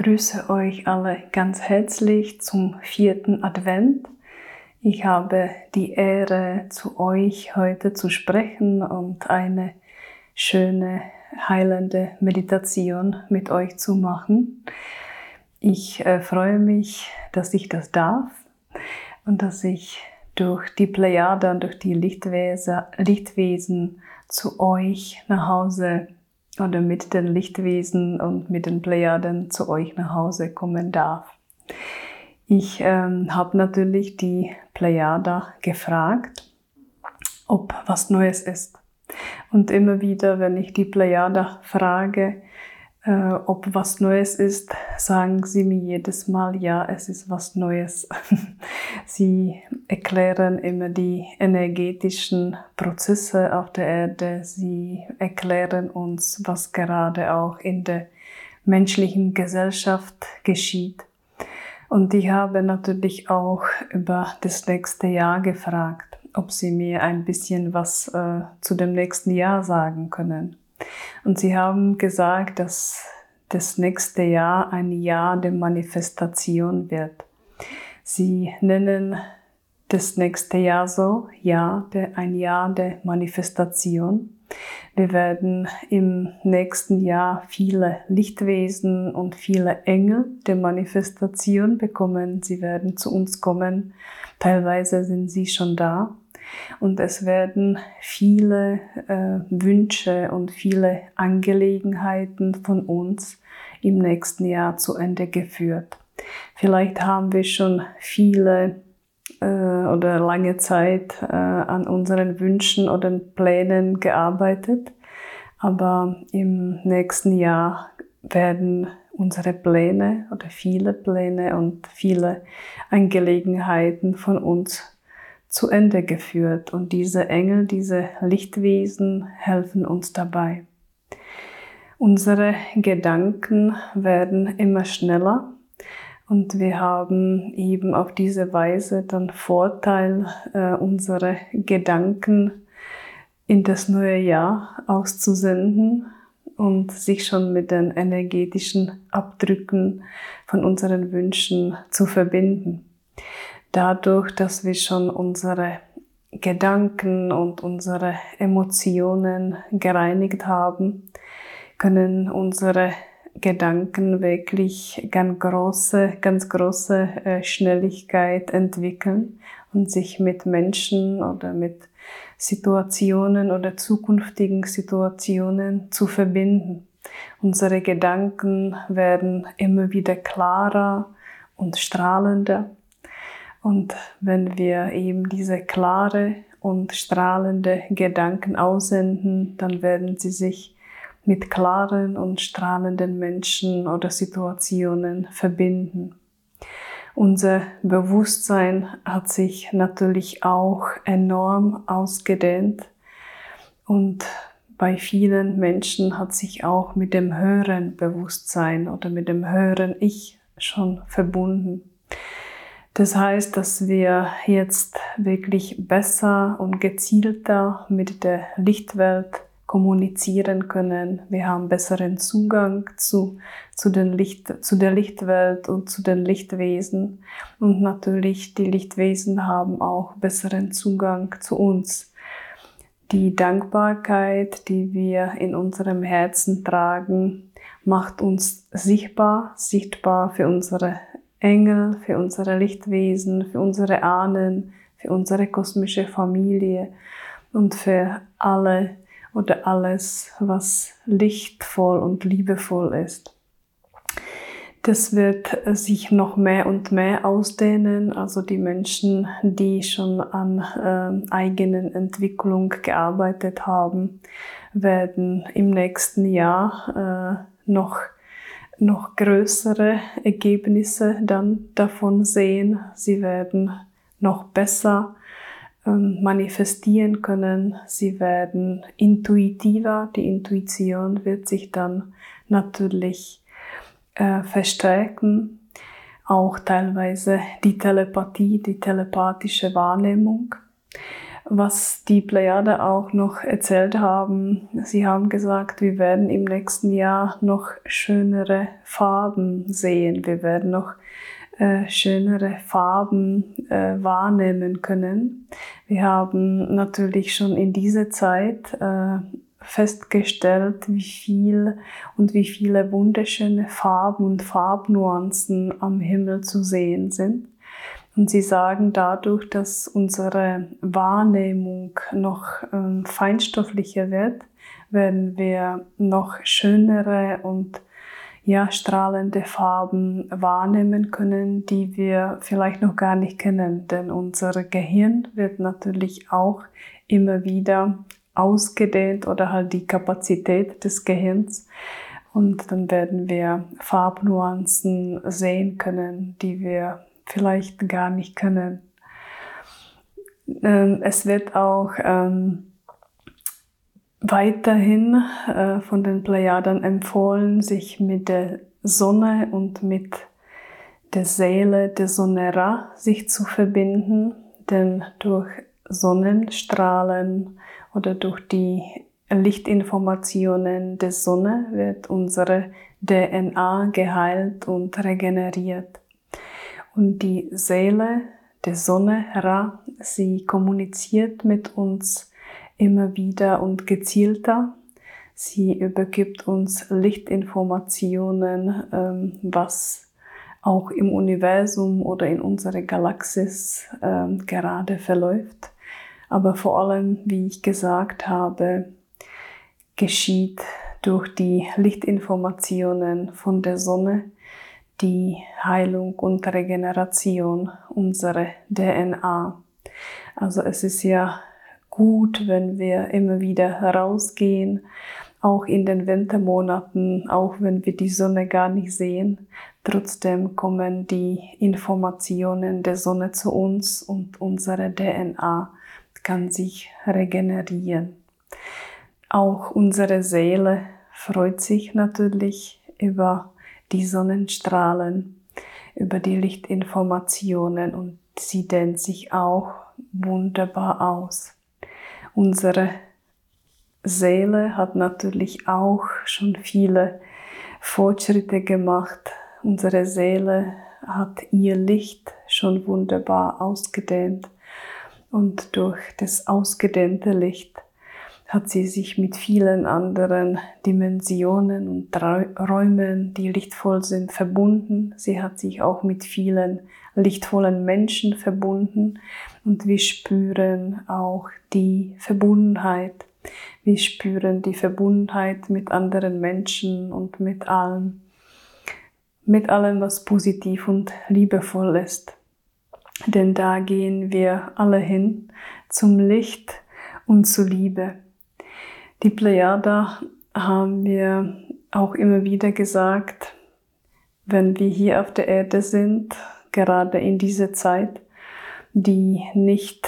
begrüße euch alle ganz herzlich zum 4. Advent. Ich habe die Ehre, zu euch heute zu sprechen und eine schöne, heilende Meditation mit euch zu machen. Ich freue mich, dass ich das darf und dass ich durch die Plejade und durch die Lichtwesen zu euch nach Hause oder mit den Lichtwesen und mit den Plejaden zu euch nach Hause kommen darf. Ich habe natürlich die Plejada gefragt, ob was Neues ist. Und immer wieder, wenn ich die Plejada frage, ob was Neues ist, sagen sie mir jedes Mal, ja, es ist was Neues. Sie erklären immer die energetischen Prozesse auf der Erde. Sie erklären uns, was gerade auch in der menschlichen Gesellschaft geschieht. Und ich habe natürlich auch über das nächste Jahr gefragt, ob sie mir ein bisschen was zu dem nächsten Jahr sagen können. Und sie haben gesagt, dass das nächste Jahr ein Jahr der Manifestation wird. Sie nennen das nächste Jahr so, ein Jahr der Manifestation. Wir werden im nächsten Jahr viele Lichtwesen und viele Engel der Manifestation bekommen. Sie werden zu uns kommen. Teilweise sind sie schon da. Und es werden viele Wünsche und viele Angelegenheiten von uns im nächsten Jahr zu Ende geführt. Vielleicht haben wir schon viele oder lange Zeit an unseren Wünschen oder Plänen gearbeitet, aber im nächsten Jahr werden unsere Pläne oder viele Pläne und viele Angelegenheiten von uns zu Ende geführt. Und diese Engel, diese Lichtwesen helfen uns dabei. Unsere Gedanken werden immer schneller und wir haben eben auf diese Weise dann Vorteil, unsere Gedanken in das neue Jahr auszusenden und sich schon mit den energetischen Abdrücken von unseren Wünschen zu verbinden. Dadurch, dass wir schon unsere Gedanken und unsere Emotionen gereinigt haben, können unsere Gedanken wirklich ganz große Schnelligkeit entwickeln und sich mit Menschen oder mit Situationen oder zukünftigen Situationen zu verbinden. Unsere Gedanken werden immer wieder klarer und strahlender. Und wenn wir eben diese klare und strahlende Gedanken aussenden, dann werden sie sich mit klaren und strahlenden Menschen oder Situationen verbinden. Unser Bewusstsein hat sich natürlich auch enorm ausgedehnt und bei vielen Menschen hat sich auch mit dem höheren Bewusstsein oder mit dem höheren Ich schon verbunden. Das heißt, dass wir jetzt wirklich besser und gezielter mit der Lichtwelt kommunizieren können. Wir haben besseren Zugang zu der Lichtwelt und zu den Lichtwesen. Und natürlich, die Lichtwesen haben auch besseren Zugang zu uns. Die Dankbarkeit, die wir in unserem Herzen tragen, macht uns sichtbar für unsere Engel, für unsere Lichtwesen, für unsere Ahnen, für unsere kosmische Familie und für alle oder alles, was lichtvoll und liebevoll ist. Das wird sich noch mehr und mehr ausdehnen, also die Menschen, die schon an eigenen Entwicklung gearbeitet haben, werden im nächsten Jahr noch größere Ergebnisse dann davon sehen. Sie werden noch besser manifestieren können. Sie werden intuitiver. Die Intuition wird sich dann natürlich verstärken. Auch teilweise die Telepathie, die telepathische Wahrnehmung. Was die Plejade auch noch erzählt haben, sie haben gesagt, wir werden im nächsten Jahr noch schönere Farben sehen. Wir werden noch schönere Farben wahrnehmen können. Wir haben natürlich schon in dieser Zeit festgestellt, wie viel und wie viele wunderschöne Farben und Farbnuancen am Himmel zu sehen sind. Und sie sagen, dadurch, dass unsere Wahrnehmung noch feinstofflicher wird, werden wir noch schönere und strahlende Farben wahrnehmen können, die wir vielleicht noch gar nicht kennen. Denn unser Gehirn wird natürlich auch immer wieder ausgedehnt oder halt die Kapazität des Gehirns. Und dann werden wir Farbnuancen sehen können, die wir vielleicht gar nicht können. Es wird auch weiterhin von den Plejaden empfohlen, sich mit der Sonne und mit der Seele der Sonne Ra sich zu verbinden, denn durch Sonnenstrahlen oder durch die Lichtinformationen der Sonne wird unsere DNA geheilt und regeneriert. Und die Seele der Sonne Ra, sie kommuniziert mit uns immer wieder und gezielter. Sie übergibt uns Lichtinformationen, was auch im Universum oder in unserer Galaxis gerade verläuft. Aber vor allem, wie ich gesagt habe, geschieht durch die Lichtinformationen von der Sonne die Heilung und Regeneration unserer DNA. Also es ist ja gut, wenn wir immer wieder herausgehen, auch in den Wintermonaten, auch wenn wir die Sonne gar nicht sehen. Trotzdem kommen die Informationen der Sonne zu uns und unsere DNA kann sich regenerieren. Auch unsere Seele freut sich natürlich über die Sonnenstrahlen, über die Lichtinformationen und sie dehnt sich auch wunderbar aus. Unsere Seele hat natürlich auch schon viele Fortschritte gemacht. Unsere Seele hat ihr Licht schon wunderbar ausgedehnt und durch das ausgedehnte Licht hat sie sich mit vielen anderen Dimensionen und Räumen, die lichtvoll sind, verbunden. Sie hat sich auch mit vielen lichtvollen Menschen verbunden und wir spüren auch die Verbundenheit. Wir spüren die Verbundenheit mit anderen Menschen und mit allem, was positiv und liebevoll ist. Denn da gehen wir alle hin zum Licht und zur Liebe. Die Plejada haben wir auch immer wieder gesagt, wenn wir hier auf der Erde sind, gerade in dieser Zeit, die nicht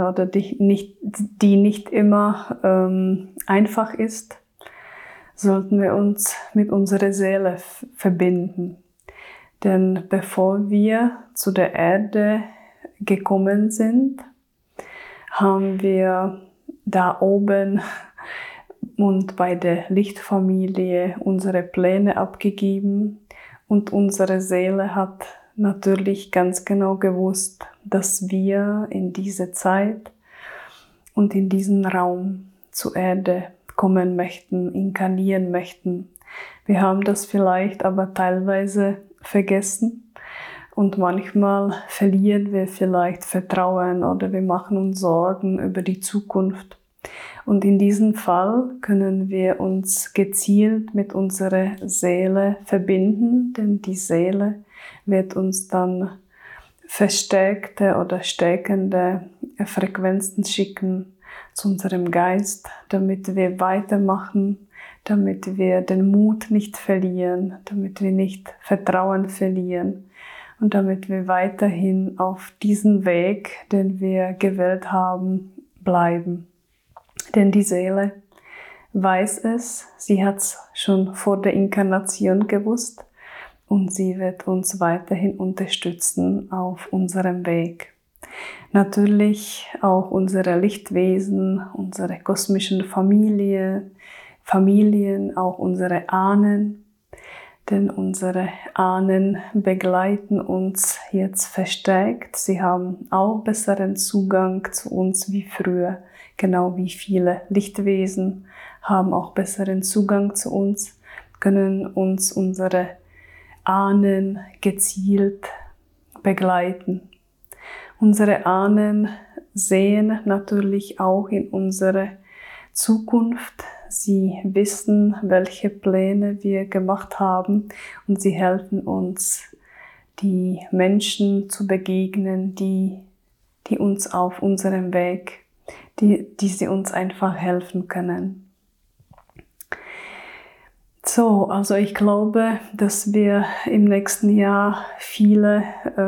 immer einfach ist, sollten wir uns mit unserer Seele verbinden. Denn bevor wir zu der Erde gekommen sind, haben wir da oben und bei der Lichtfamilie unsere Pläne abgegeben und unsere Seele hat natürlich ganz genau gewusst, dass wir in diese Zeit und in diesen Raum zur Erde kommen möchten, inkarnieren möchten. Wir haben das vielleicht aber teilweise vergessen und manchmal verlieren wir vielleicht Vertrauen oder wir machen uns Sorgen über die Zukunft. Und in diesem Fall können wir uns gezielt mit unserer Seele verbinden, denn die Seele wird uns dann verstärkte oder stärkende Frequenzen schicken zu unserem Geist, damit wir weitermachen, damit wir den Mut nicht verlieren, damit wir nicht Vertrauen verlieren und damit wir weiterhin auf diesen Weg, den wir gewählt haben, bleiben. Denn die Seele weiß es, sie hat es schon vor der Inkarnation gewusst und sie wird uns weiterhin unterstützen auf unserem Weg. Natürlich auch unsere Lichtwesen, unsere kosmischen Familien, auch unsere Ahnen. Denn unsere Ahnen begleiten uns jetzt verstärkt. Sie haben auch besseren Zugang zu uns wie früher. Genau wie viele Lichtwesen haben auch besseren Zugang zu uns, können uns unsere Ahnen gezielt begleiten. Unsere Ahnen sehen natürlich auch in unsere Zukunft. Sie wissen, welche Pläne wir gemacht haben und sie helfen uns, die Menschen zu begegnen, die uns auf unserem Weg, die sie uns einfach helfen können. So, also ich glaube, dass wir im nächsten Jahr viele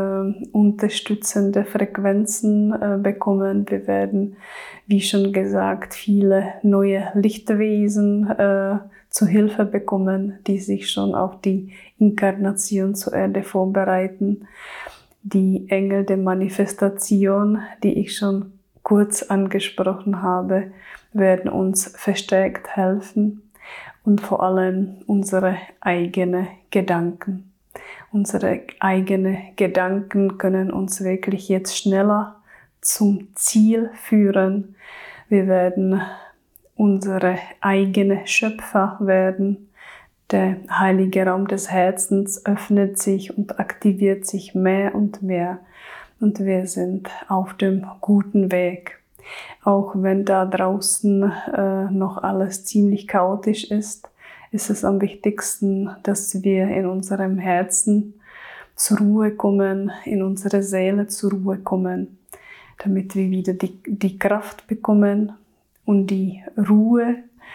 unterstützende Frequenzen bekommen. Wir werden, wie schon gesagt, viele neue Lichtwesen zu Hilfe bekommen, die sich schon auf die Inkarnation zur Erde vorbereiten. Die Engel der Manifestation, die ich schon kurz angesprochen habe, werden uns verstärkt helfen. Und vor allem unsere eigenen Gedanken. Unsere eigenen Gedanken können uns wirklich jetzt schneller zum Ziel führen. Wir werden unsere eigenen Schöpfer werden. Der heilige Raum des Herzens öffnet sich und aktiviert sich mehr und mehr. Und wir sind auf dem guten Weg. Auch wenn da draußen noch alles ziemlich chaotisch ist, ist es am wichtigsten, dass wir in unserem Herzen zur Ruhe kommen, in unsere Seele zur Ruhe kommen, damit wir wieder die Kraft bekommen und die Ruhe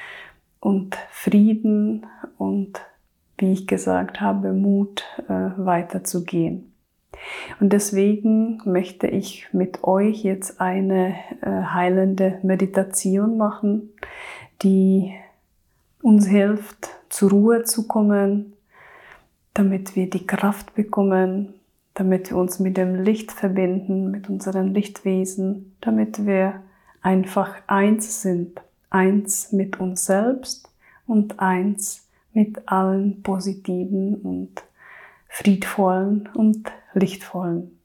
und Frieden und, wie ich gesagt habe, Mut weiterzugehen. Und deswegen möchte ich mit euch jetzt eine heilende Meditation machen, die uns hilft, zur Ruhe zu kommen, damit wir die Kraft bekommen, damit wir uns mit dem Licht verbinden, mit unseren Lichtwesen, damit wir einfach eins sind, eins mit uns selbst und eins mit allen positiven und friedvollen und lichtvollen.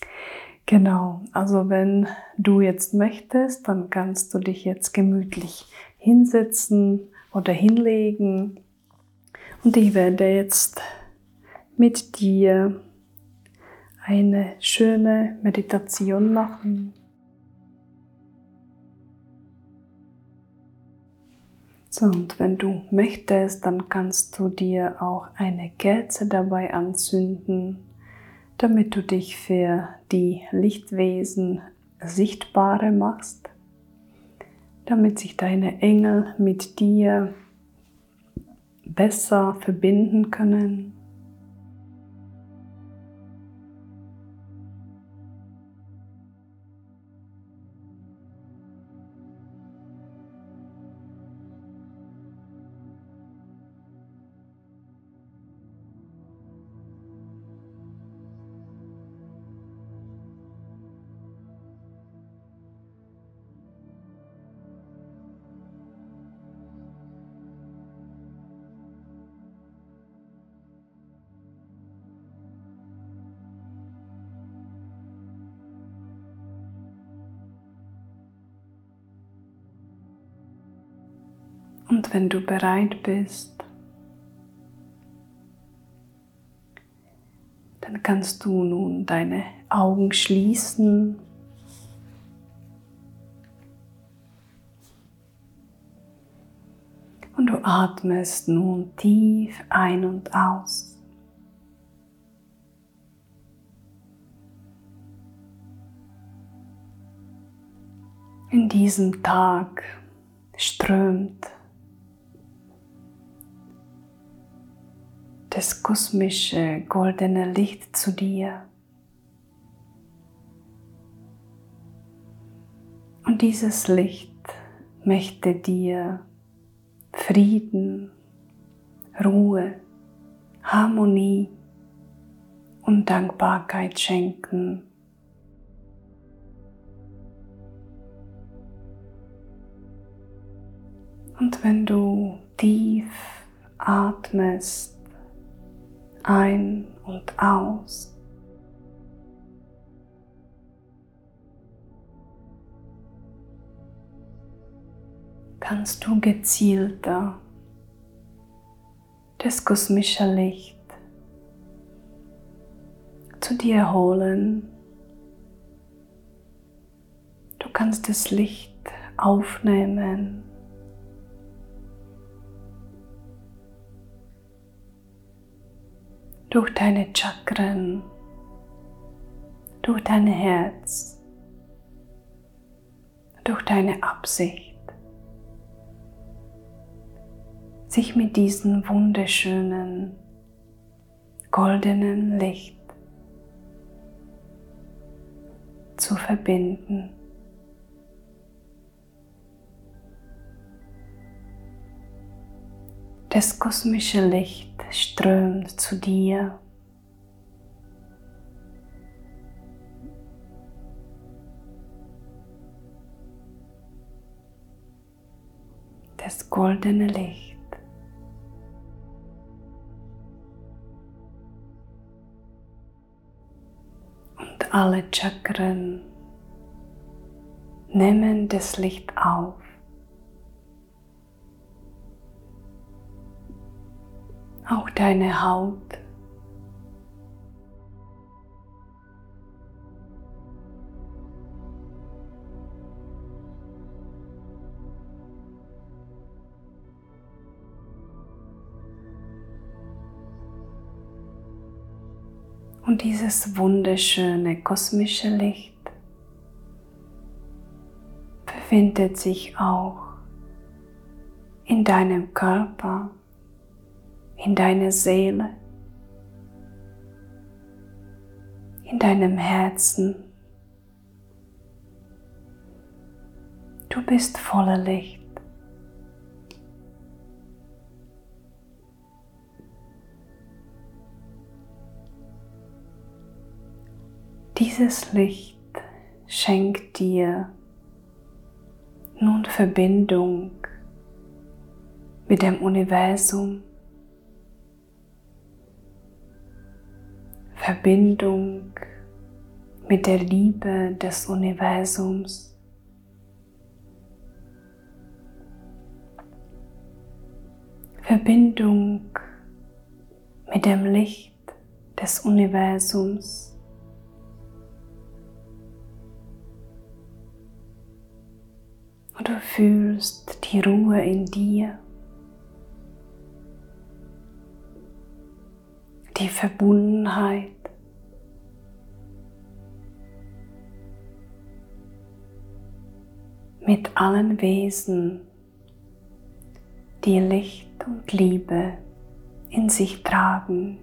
Genau, also wenn du jetzt möchtest, dann kannst du dich jetzt gemütlich hinsetzen oder hinlegen und ich werde jetzt mit dir eine schöne Meditation machen. So, und wenn du möchtest, dann kannst du dir auch eine Kerze dabei anzünden, damit du dich für die Lichtwesen sichtbarer machst, damit sich deine Engel mit dir besser verbinden können. Und wenn du bereit bist, dann kannst du nun deine Augen schließen und du atmest nun tief ein und aus. In diesem Tag strömt das kosmische goldene Licht zu dir. Und dieses Licht möchte dir Frieden, Ruhe, Harmonie und Dankbarkeit schenken. Und wenn du tief atmest, ein und aus, kannst du gezielter das kosmische Licht zu dir holen. Du kannst das Licht aufnehmen. Durch deine Chakren, durch dein Herz, durch deine Absicht, sich mit diesem wunderschönen, goldenen Licht zu verbinden. Das kosmische Licht strömt zu dir. Das goldene Licht. Und alle Chakren nehmen das Licht auf. Auch deine Haut. Und dieses wunderschöne kosmische Licht befindet sich auch in deinem Körper, in deiner Seele, in deinem Herzen. Du bist voller Licht. Dieses Licht schenkt dir nun Verbindung mit dem Universum, Verbindung mit der Liebe des Universums, Verbindung mit dem Licht des Universums. Und du fühlst die Ruhe in dir, die Verbundenheit mit allen Wesen, die Licht und Liebe in sich tragen.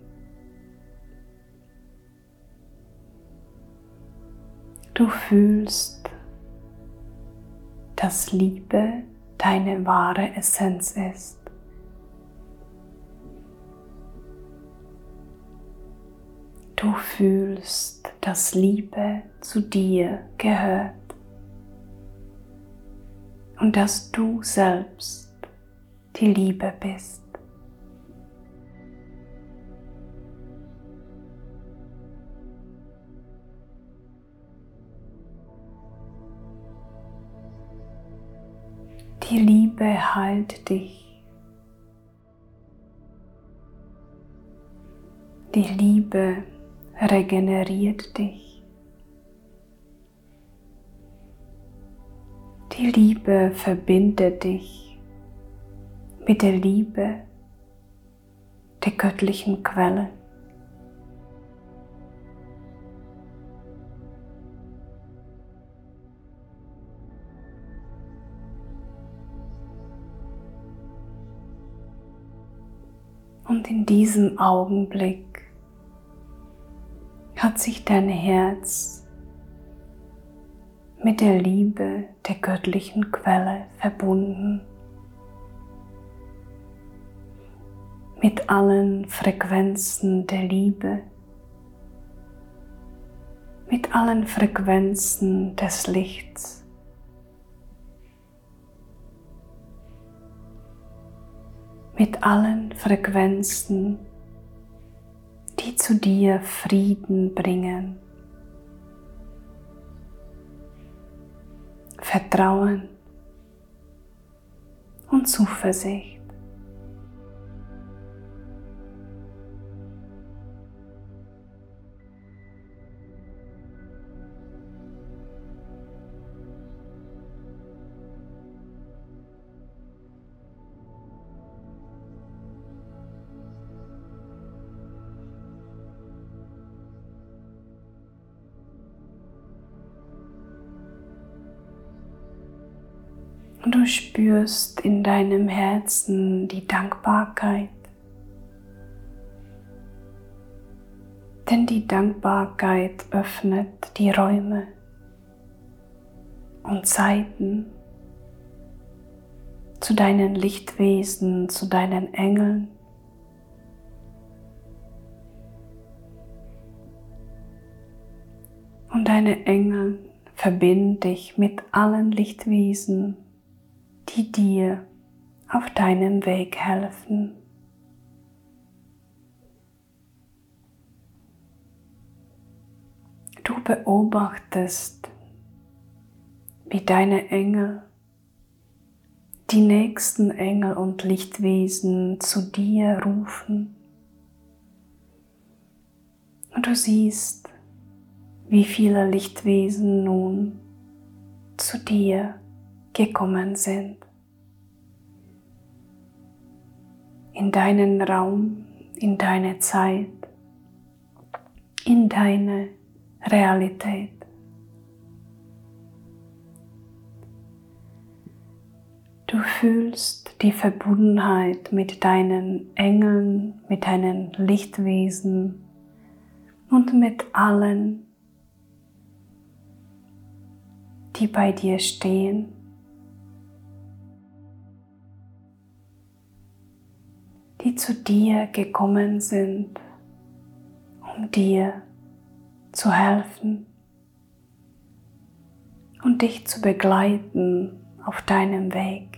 Du fühlst, dass Liebe deine wahre Essenz ist. Du fühlst, dass Liebe zu dir gehört und dass du selbst die Liebe bist. Die Liebe heilt dich. Die Liebe regeneriert dich. Die Liebe verbindet dich mit der Liebe der göttlichen Quelle. Und in diesem Augenblick hat sich dein Herz mit der Liebe der göttlichen Quelle verbunden, mit allen Frequenzen der Liebe, mit allen Frequenzen des Lichts. mit allen Frequenzen, die zu dir Frieden bringen, Vertrauen und Zuversicht. Und du spürst in deinem Herzen die Dankbarkeit. Denn die Dankbarkeit öffnet die Räume und Zeiten zu deinen Lichtwesen, zu deinen Engeln. Und deine Engel verbinden dich mit allen Lichtwesen, die dir auf deinem Weg helfen. Du beobachtest, wie deine Engel, die nächsten Engel und Lichtwesen zu dir rufen. Und du siehst, wie viele Lichtwesen nun zu dir gekommen sind. In deinen Raum, in deine Zeit, in deine Realität. Du fühlst die Verbundenheit mit deinen Engeln, mit deinen Lichtwesen und mit allen, die bei dir stehen. Die zu dir gekommen sind, um dir zu helfen und dich zu begleiten auf deinem Weg.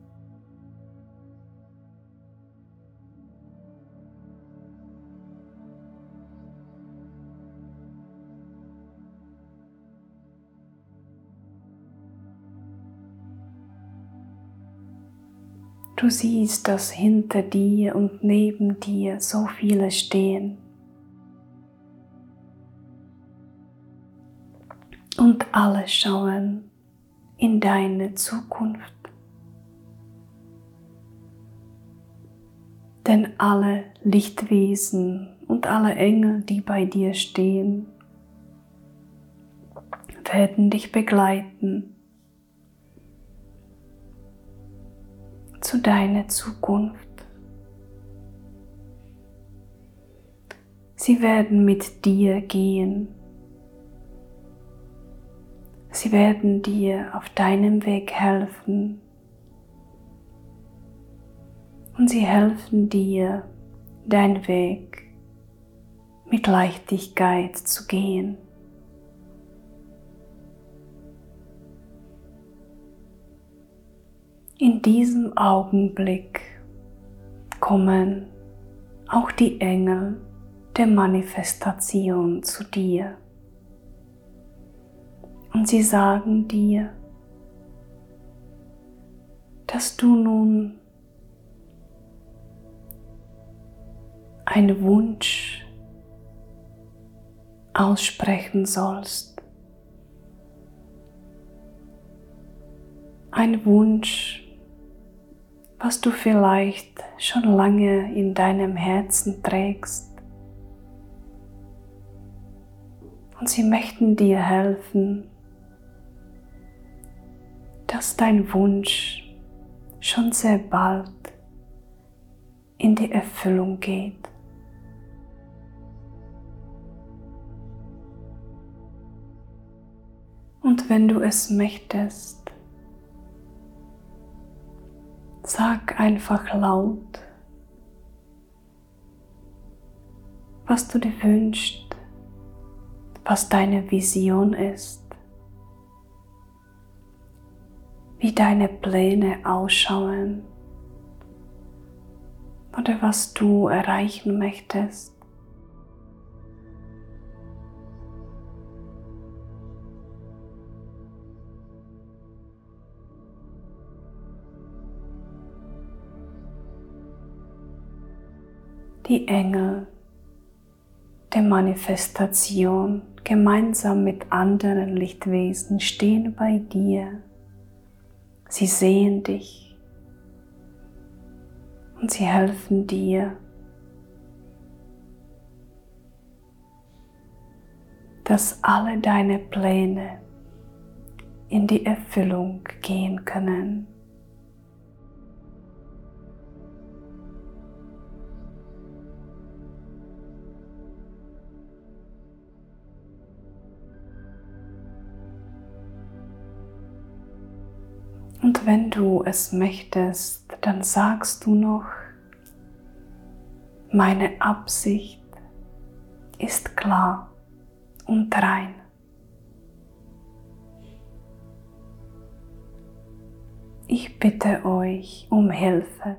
Du siehst, dass hinter dir und neben dir so viele stehen. Und alle schauen in deine Zukunft. Denn alle Lichtwesen und alle Engel, die bei dir stehen, werden dich begleiten zu deiner Zukunft. Sie werden mit dir gehen. Sie werden dir auf deinem Weg helfen. Und sie helfen dir, deinen Weg mit Leichtigkeit zu gehen. In diesem Augenblick kommen auch die Engel der Manifestation zu dir. Und sie sagen dir, dass du nun einen Wunsch aussprechen sollst. Ein Wunsch, was du vielleicht schon lange in deinem Herzen trägst. Und sie möchten dir helfen, dass dein Wunsch schon sehr bald in die Erfüllung geht. Und wenn du es möchtest, sag einfach laut, was du dir wünschst, was deine Vision ist, wie deine Pläne ausschauen oder was du erreichen möchtest. Die Engel der Manifestation gemeinsam mit anderen Lichtwesen stehen bei dir. Sie sehen dich und sie helfen dir, dass alle deine Pläne in die Erfüllung gehen können. Und wenn du es möchtest, dann sagst du noch: Meine Absicht ist klar und rein. Ich bitte euch um Hilfe.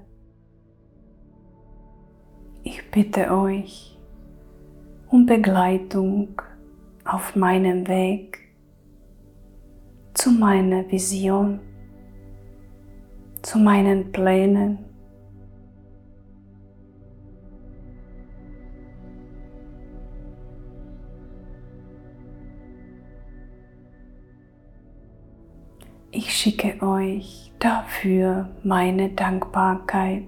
Ich bitte euch um Begleitung auf meinem Weg zu meiner Vision, zu meinen Plänen. Ich schicke euch dafür meine Dankbarkeit.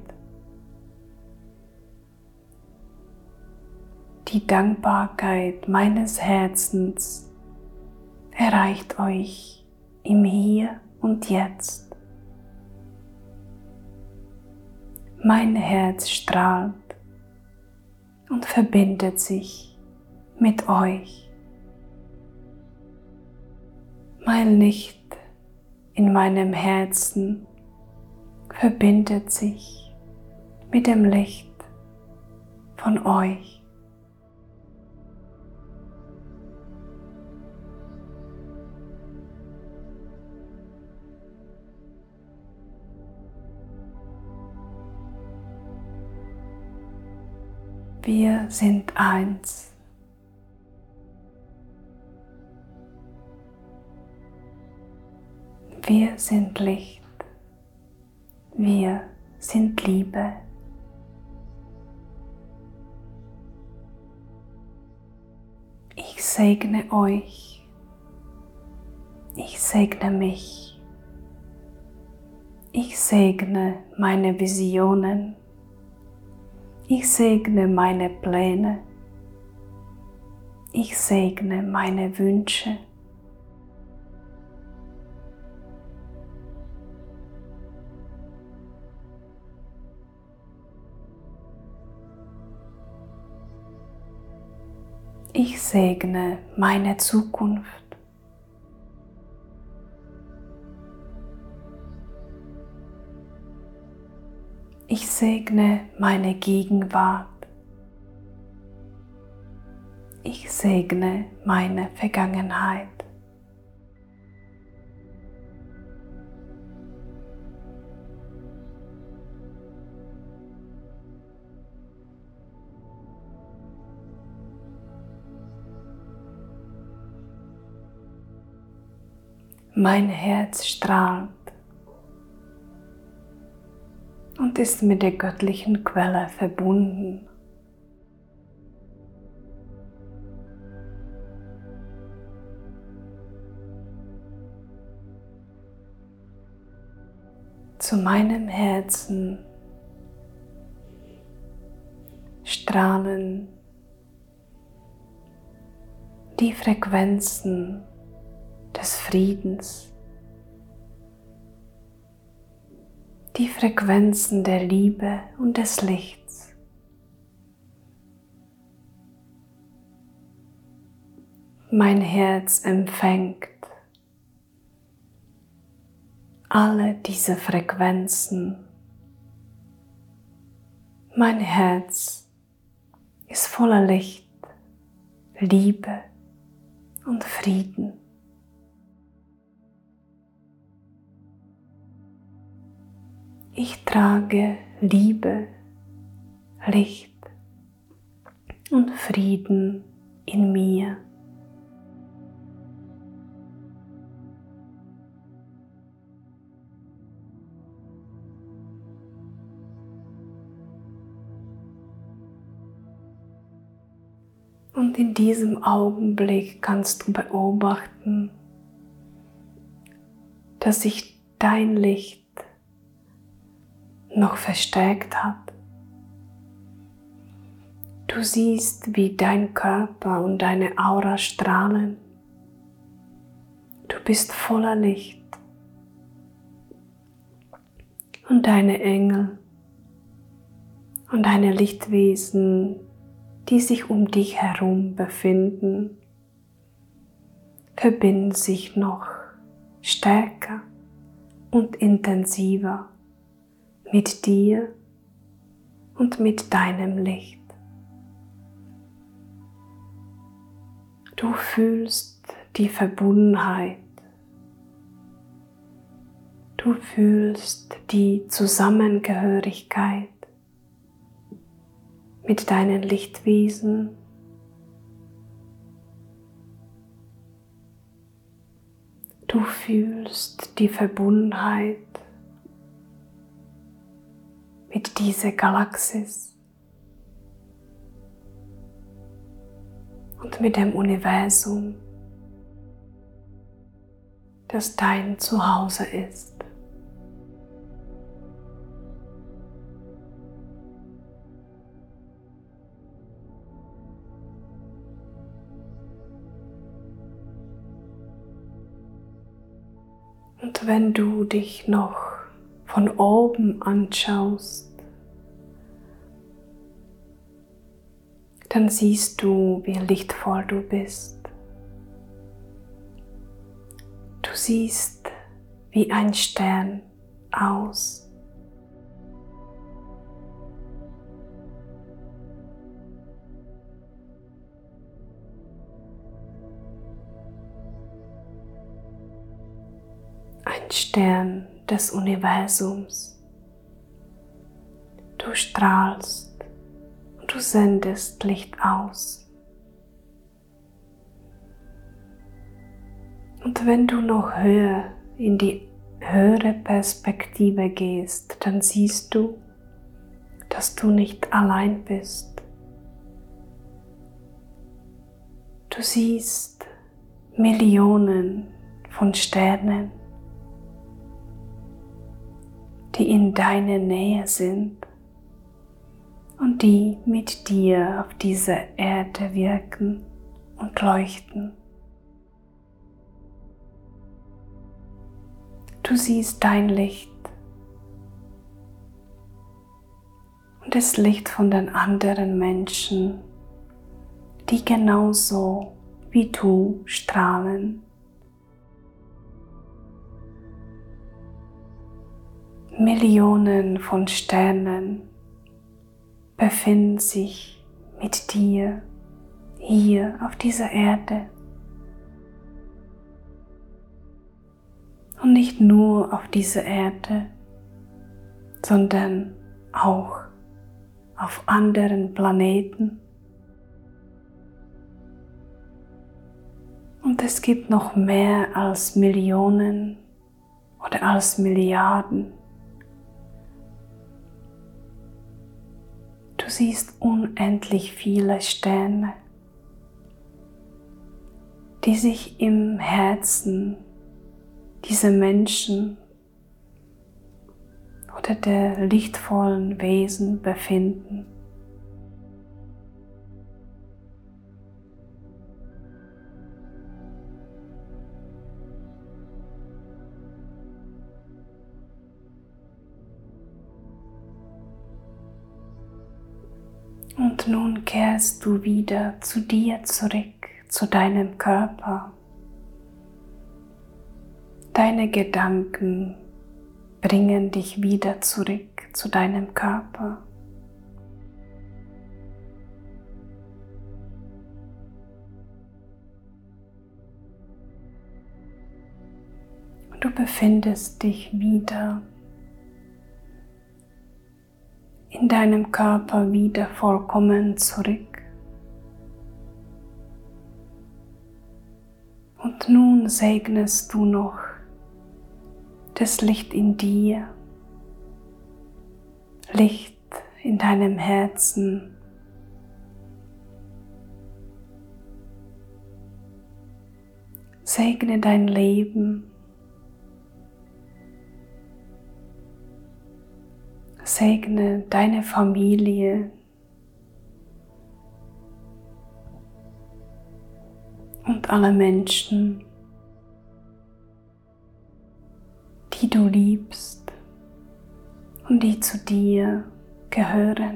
Die Dankbarkeit meines Herzens erreicht euch im Hier und Jetzt. Mein Herz strahlt und verbindet sich mit euch. Mein Licht in meinem Herzen verbindet sich mit dem Licht von euch. Wir sind eins. Wir sind Licht. Wir sind Liebe. Ich segne euch. Ich segne mich. Ich segne meine Visionen. Ich segne meine Pläne. Ich segne meine Wünsche. Ich segne meine Zukunft. Ich segne meine Gegenwart. Ich segne meine Vergangenheit. Mein Herz strahlt und ist mit der göttlichen Quelle verbunden. Zu meinem Herzen strahlen die Frequenzen des Friedens, die Frequenzen der Liebe und des Lichts. Mein Herz empfängt alle diese Frequenzen. Mein Herz ist voller Licht, Liebe und Frieden. Ich trage Liebe Licht und Frieden in mir. Und in diesem Augenblick kannst du beobachten, dass sich dein Licht noch verstärkt hat. Du siehst, wie dein Körper und deine Aura strahlen. Du bist voller Licht. Und deine Engel und deine Lichtwesen, die sich um dich herum befinden, verbinden sich noch stärker und intensiver mit dir und mit deinem Licht. Du fühlst die Verbundenheit. Du fühlst die Zusammengehörigkeit mit deinen Lichtwesen. Du fühlst die Verbundenheit mit dieser Galaxis und mit dem Universum, das dein Zuhause ist. Und wenn du dich noch von oben anschaust, dann siehst du, wie lichtvoll du bist. Du siehst wie ein Stern aus. Ein Stern des Universums. Du strahlst und du sendest Licht aus. Und wenn du noch höher in die höhere Perspektive gehst, dann siehst du, dass du nicht allein bist. Du siehst Millionen von Sternen, die in deiner Nähe sind und die mit dir auf dieser Erde wirken und leuchten. Du siehst dein Licht und das Licht von den anderen Menschen, die genauso wie du strahlen. Millionen von Sternen befinden sich mit dir hier auf dieser Erde. Und nicht nur auf dieser Erde, sondern auch auf anderen Planeten. Und es gibt noch mehr als Millionen oder als Milliarden. Du siehst unendlich viele Sterne, die sich im Herzen dieser Menschen oder der lichtvollen Wesen befinden. Und nun kehrst du wieder zu dir zurück, zu deinem Körper. Deine Gedanken bringen dich wieder zurück zu deinem Körper. Du befindest dich wieder in deinem Körper wieder vollkommen zurück. Und nun segnest du noch das Licht in dir, Licht in deinem Herzen. Segne dein Leben. Segne deine Familie und alle Menschen, die du liebst und die zu dir gehören.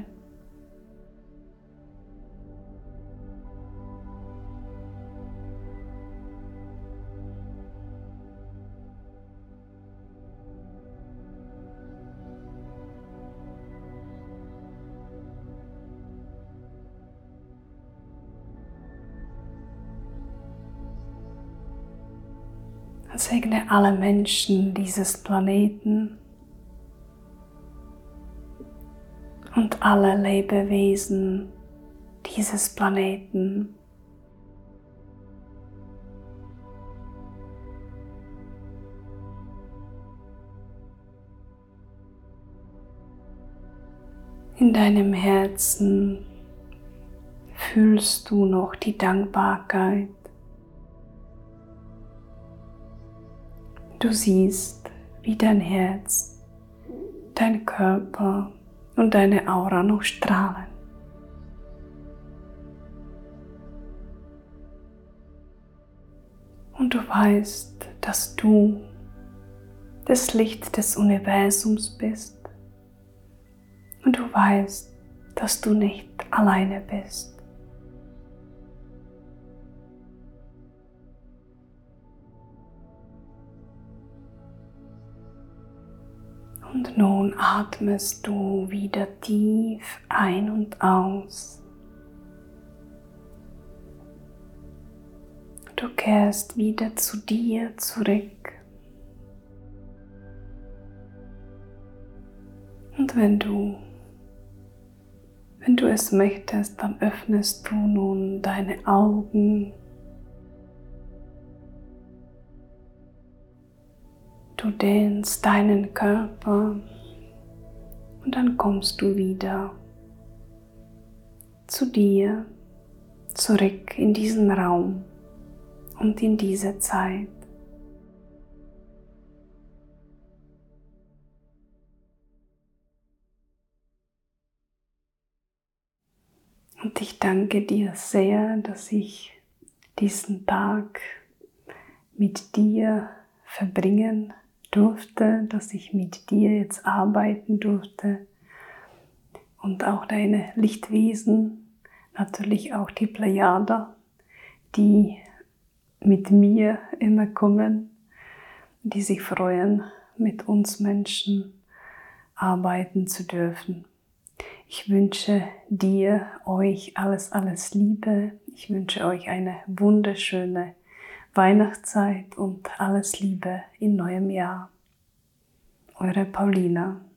Segne alle Menschen dieses Planeten und alle Lebewesen dieses Planeten. In deinem Herzen fühlst du noch die Dankbarkeit. Du siehst, wie dein Herz, dein Körper und deine Aura noch strahlen. Und du weißt, dass du das Licht des Universums bist. Und du weißt, dass du nicht alleine bist. Und nun atmest du wieder tief ein und aus. Du kehrst wieder zu dir zurück. Und wenn du es möchtest, dann öffnest du nun deine Augen. Du dehnst deinen Körper und dann kommst du wieder zu dir, zurück in diesen Raum und in diese Zeit. Und ich danke dir sehr, dass ich diesen Tag mit dir verbringen durfte, dass ich mit dir jetzt arbeiten durfte und auch deine Lichtwesen, natürlich auch die Plejada, die mit mir immer kommen, die sich freuen, mit uns Menschen arbeiten zu dürfen. Ich wünsche dir, euch alles Liebe. Ich wünsche euch eine wunderschöne Weihnachtszeit und alles Liebe in neuem Jahr. Eure Paulina.